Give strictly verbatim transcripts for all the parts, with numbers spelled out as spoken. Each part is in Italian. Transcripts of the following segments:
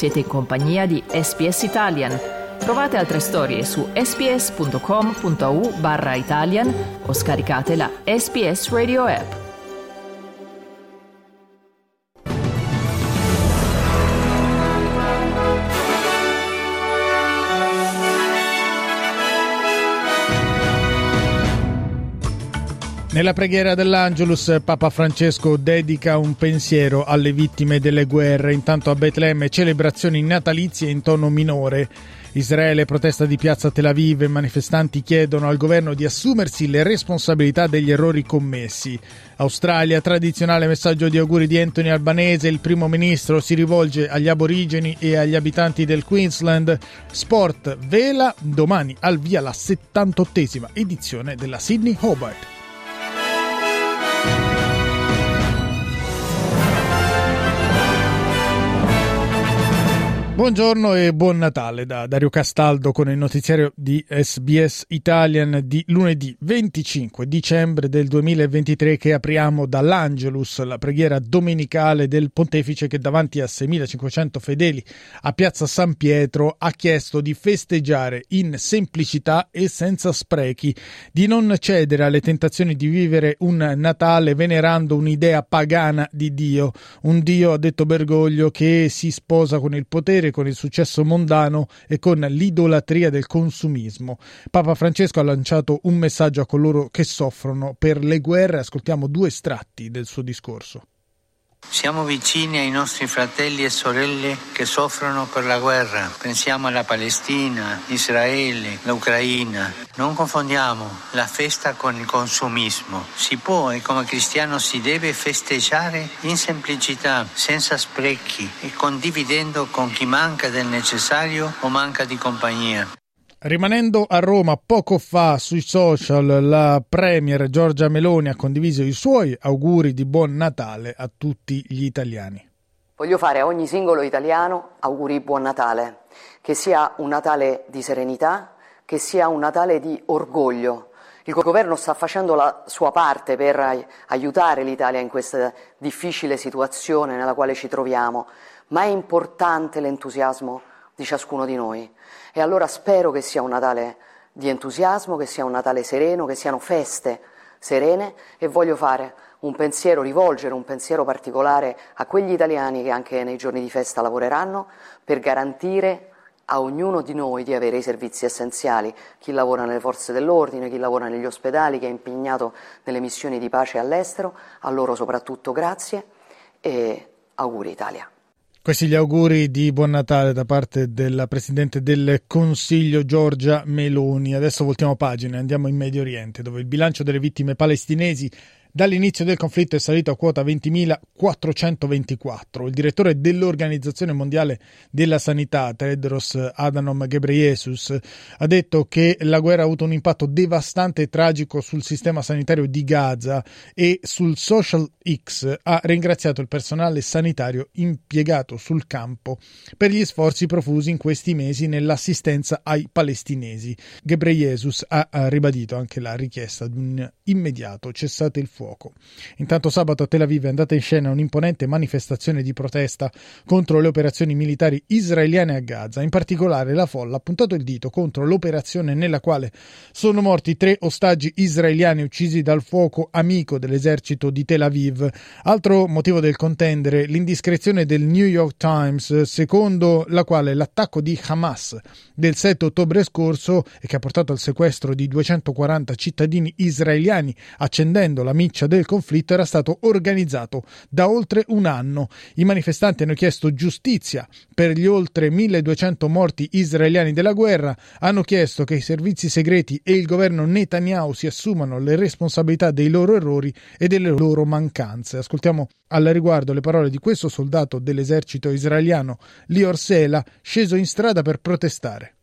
Siete in compagnia di S B S Italian. Trovate altre storie su sbs.com.au barra Italian o scaricate la S B S Radio app. Nella preghiera dell'Angelus, Papa Francesco dedica un pensiero alle vittime delle guerre. Intanto a Betlemme celebrazioni natalizie in tono minore. Israele protesta di piazza Tel Aviv e manifestanti chiedono al governo di assumersi le responsabilità degli errori commessi. Australia, tradizionale messaggio di auguri di Anthony Albanese, il primo ministro si rivolge agli aborigeni e agli abitanti del Queensland. Sport, vela, domani al via la settantottesima edizione della Sydney Hobart. Buongiorno e buon Natale da Dario Castaldo con il notiziario di S B S Italian di lunedì venticinque dicembre del duemilaventitré, che apriamo dall'Angelus, la preghiera domenicale del pontefice che davanti a seimilacinquecento fedeli a piazza San Pietro ha chiesto di festeggiare in semplicità e senza sprechi, di non cedere alle tentazioni di vivere un Natale venerando un'idea pagana di Dio, un Dio, ha detto Bergoglio, che si sposa con il potere, con il successo mondano e con l'idolatria del consumismo. Papa Francesco ha lanciato un messaggio a coloro che soffrono per le guerre. Ascoltiamo due estratti del suo discorso. Siamo vicini ai nostri fratelli e sorelle che soffrono per la guerra. Pensiamo alla Palestina, Israele, l'Ucraina. Non confondiamo la festa con il consumismo. Si può e come cristiano si deve festeggiare in semplicità, senza sprechi e condividendo con chi manca del necessario o manca di compagnia. Rimanendo a Roma, poco fa sui social la premier Giorgia Meloni ha condiviso i suoi auguri di buon Natale a tutti gli italiani. Voglio fare a ogni singolo italiano auguri buon Natale, che sia un Natale di serenità, che sia un Natale di orgoglio. Il governo sta facendo la sua parte per aiutare l'Italia in questa difficile situazione nella quale ci troviamo, ma è importante l'entusiasmo di ciascuno di noi. E allora spero che sia un Natale di entusiasmo, che sia un Natale sereno, che siano feste serene, e voglio fare un pensiero, rivolgere un pensiero particolare a quegli italiani che anche nei giorni di festa lavoreranno per garantire a ognuno di noi di avere i servizi essenziali, chi lavora nelle forze dell'ordine, chi lavora negli ospedali, chi è impegnato nelle missioni di pace all'estero. A loro soprattutto grazie e auguri Italia. Questi gli auguri di buon Natale da parte della Presidente del Consiglio Giorgia Meloni. Adesso voltiamo pagina e andiamo in Medio Oriente, dove il bilancio delle vittime palestinesi dall'inizio del conflitto è salito a quota ventimilaquattrocentoventiquattro. Il direttore dell'Organizzazione Mondiale della Sanità, Tedros Adhanom Ghebreyesus, ha detto che la guerra ha avuto un impatto devastante e tragico sul sistema sanitario di Gaza e sul social X ha ringraziato il personale sanitario impiegato sul campo per gli sforzi profusi in questi mesi nell'assistenza ai palestinesi. Ghebreyesus ha ribadito anche la richiesta di un immediato cessate il fuoco. Intanto sabato a Tel Aviv è andata in scena un'imponente manifestazione di protesta contro le operazioni militari israeliane a Gaza. In particolare la folla ha puntato il dito contro l'operazione nella quale sono morti tre ostaggi israeliani uccisi dal fuoco amico dell'esercito di Tel Aviv. Altro motivo del contendere, l'indiscrezione del New York Times, secondo la quale l'attacco di Hamas del sette ottobre scorso e che ha portato al sequestro di duecentoquaranta cittadini israeliani, accendendo la miccia del conflitto, era stato organizzato da oltre un anno. I manifestanti hanno chiesto giustizia per gli oltre milleduecento morti israeliani della guerra, hanno chiesto che i servizi segreti e il governo Netanyahu si assumano le responsabilità dei loro errori e delle loro mancanze. Ascoltiamo al riguardo le parole di questo soldato dell'esercito israeliano, Lior Sela, sceso in strada per protestare.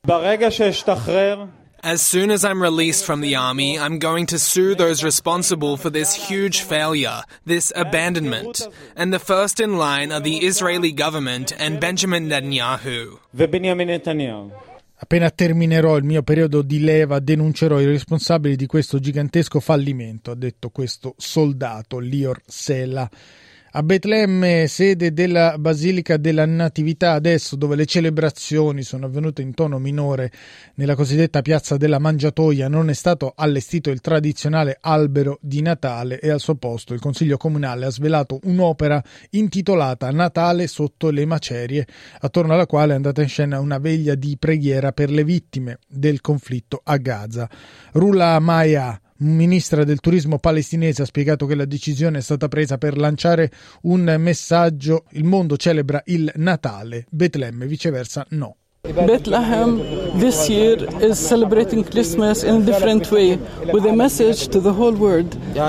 As soon as I'm released from the army, I'm going to sue those responsible for this huge failure, this abandonment. And the first in line are the Israeli government and Benjamin Netanyahu. Appena terminerò il mio periodo di leva, denuncerò i responsabili di questo gigantesco fallimento, ha detto questo soldato, Lior Sela. A Betlemme, sede della Basilica della Natività, adesso, dove le celebrazioni sono avvenute in tono minore nella cosiddetta piazza della Mangiatoia, non è stato allestito il tradizionale albero di Natale e al suo posto il Consiglio Comunale ha svelato un'opera intitolata Natale sotto le macerie, attorno alla quale è andata in scena una veglia di preghiera per le vittime del conflitto a Gaza. Rula Maya, ministra del turismo palestinese, ha spiegato che la decisione è stata presa per lanciare un messaggio: il mondo celebra il Natale, Betlemme viceversa no. Bethlehem this year is celebrating Christmas in a different way, with a message to the whole world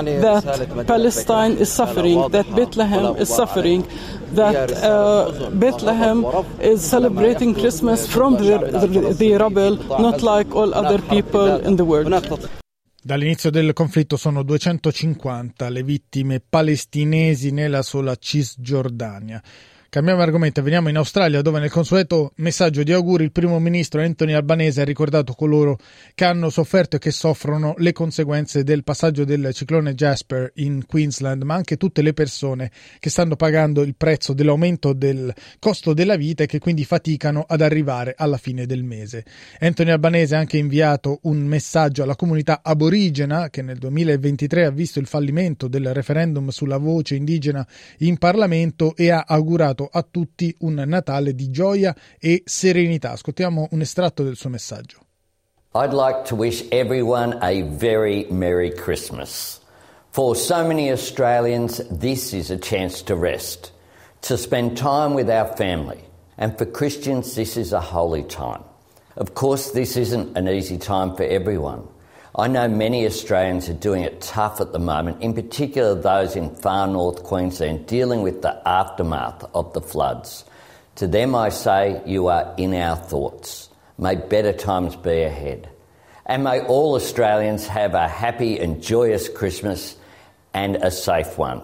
that Palestine is suffering, that Bethlehem is suffering, that uh, Bethlehem is celebrating Christmas from the, the, the rubble, not like all other people in the world. Dall'inizio del conflitto sono duecentocinquanta le vittime palestinesi nella sola Cisgiordania. Cambiamo argomento e veniamo in Australia, dove nel consueto messaggio di auguri il primo ministro Anthony Albanese ha ricordato coloro che hanno sofferto e che soffrono le conseguenze del passaggio del ciclone Jasper in Queensland, ma anche tutte le persone che stanno pagando il prezzo dell'aumento del costo della vita e che quindi faticano ad arrivare alla fine del mese. Anthony Albanese ha anche inviato un messaggio alla comunità aborigena, che nel duemilaventitré ha visto il fallimento del referendum sulla voce indigena in Parlamento, e ha augurato a tutti un Natale di gioia e serenità. Ascoltiamo un estratto del suo messaggio. I'd like to wish everyone a very Merry Christmas. For so many Australians, this is a chance to rest, to spend time with our family. And for Christians, this is a holy time. Of course, this isn't an easy time for everyone. I know many Australians are doing it tough at the moment, in particular those in far north Queensland dealing with the aftermath of the floods. To them I say, you are in our thoughts. May better times be ahead. And may all Australians have a happy and joyous Christmas and a safe one.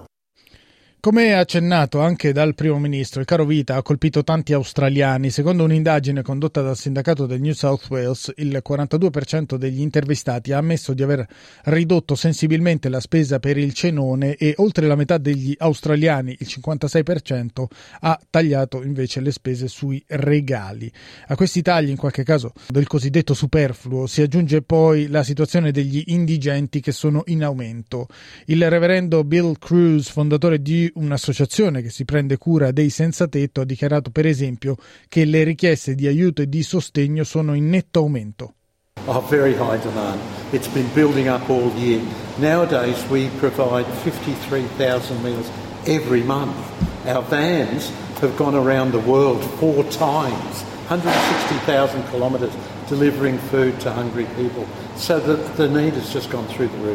Come accennato anche dal primo ministro, il caro vita ha colpito tanti australiani. Secondo un'indagine condotta dal sindacato del New South Wales, il quarantadue per cento degli intervistati ha ammesso di aver ridotto sensibilmente la spesa per il cenone e oltre la metà degli australiani, il cinquantasei per cento, ha tagliato invece le spese sui regali. A questi tagli, in qualche caso del cosiddetto superfluo, si aggiunge poi la situazione degli indigenti che sono in aumento. Il reverendo Bill Cruz, fondatore di un'associazione che si prende cura dei senza tetto, ha dichiarato per esempio che le richieste di aiuto e di sostegno sono in netto aumento. Oh, very high demand. It's been building up all year. Nowadays we provide fifty-three thousand meals every month. Our vans have gone around the world four times, one hundred sixty thousand kilometres delivering food to hungry people. So the, the need has just gone through the roof.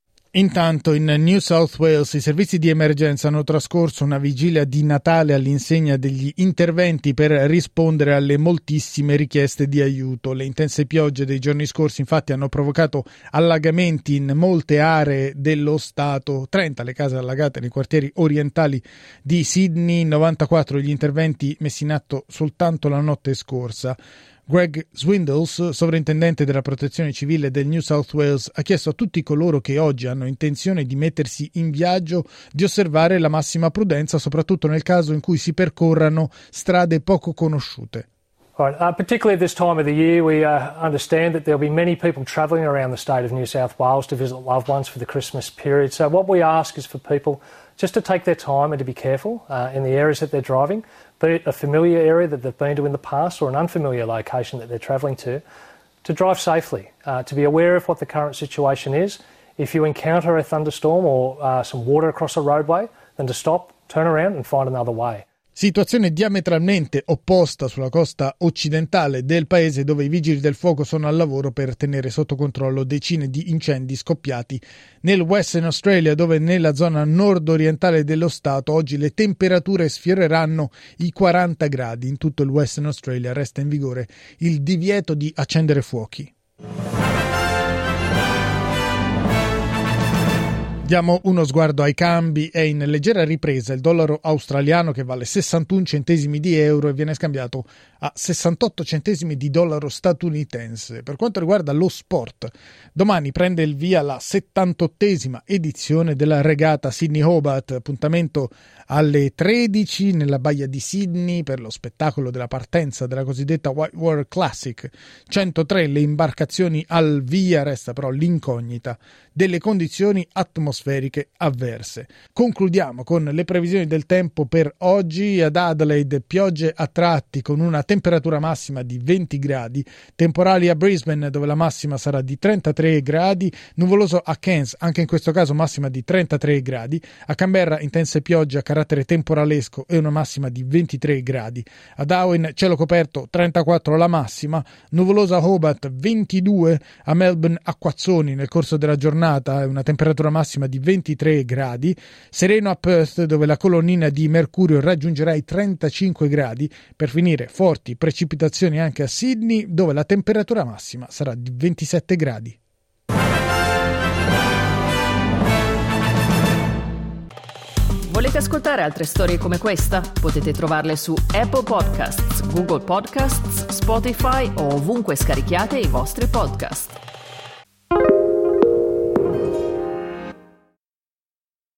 Intanto in New South Wales i servizi di emergenza hanno trascorso una vigilia di Natale all'insegna degli interventi per rispondere alle moltissime richieste di aiuto. Le intense piogge dei giorni scorsi infatti hanno provocato allagamenti in molte aree dello stato, trenta le case allagate nei quartieri orientali di Sydney, novantaquattro gli interventi messi in atto soltanto la notte scorsa. Greg Swindles, sovrintendente della protezione civile del New South Wales, ha chiesto a tutti coloro che oggi hanno intenzione di mettersi in viaggio di osservare la massima prudenza, soprattutto nel caso in cui si percorrano strade poco conosciute. Right, uh, particularly at this time of the year, we uh, understand that there'll be many people travelling around the state of New South Wales to visit loved ones for the Christmas period. So what we ask is for people just to take their time and to be careful uh, in the areas that they're driving, be it a familiar area that they've been to in the past or an unfamiliar location that they're travelling to, to drive safely, uh, to be aware of what the current situation is. If you encounter a thunderstorm or uh, some water across a roadway, then to stop, turn around and find another way. Situazione diametralmente opposta sulla costa occidentale del paese, dove i vigili del fuoco sono al lavoro per tenere sotto controllo decine di incendi scoppiati nel Western Australia, dove nella zona nord-orientale dello stato oggi le temperature sfioreranno i quaranta gradi. In tutto il Western Australia resta in vigore il divieto di accendere fuochi. Diamo uno sguardo ai cambi. È in leggera ripresa il dollaro australiano, che vale sessantuno centesimi di euro e viene scambiato a sessantotto centesimi di dollaro statunitense. Per quanto riguarda lo sport, domani prende il via la settantottesima edizione della regata Sydney-Hobart, appuntamento alle tredici nella baia di Sydney per lo spettacolo della partenza della cosiddetta Whitewater Classic. centotré le imbarcazioni al via, resta però l'incognita delle condizioni atmosferiche avverse. Concludiamo con le previsioni del tempo per oggi. Ad Adelaide piogge a tratti con una temperatura massima di venti gradi, temporali a Brisbane dove la massima sarà di trentatré gradi, nuvoloso a Cairns, anche in questo caso massima di trentatré gradi, a Canberra intense piogge a carattere temporalesco e una massima di ventitré gradi, a Darwin cielo coperto trentaquattro la massima, nuvolosa a Hobart ventidue, a Melbourne acquazzoni nel corso della giornata e una temperatura massima di ventitré gradi, sereno a Perth dove la colonnina di mercurio raggiungerà i trentacinque gradi, per finire forti precipitazioni anche a Sydney dove la temperatura massima sarà di ventisette gradi. Volete ascoltare altre storie come questa? Potete trovarle su Apple Podcasts, Google Podcasts, Spotify o ovunque scarichiate i vostri podcast.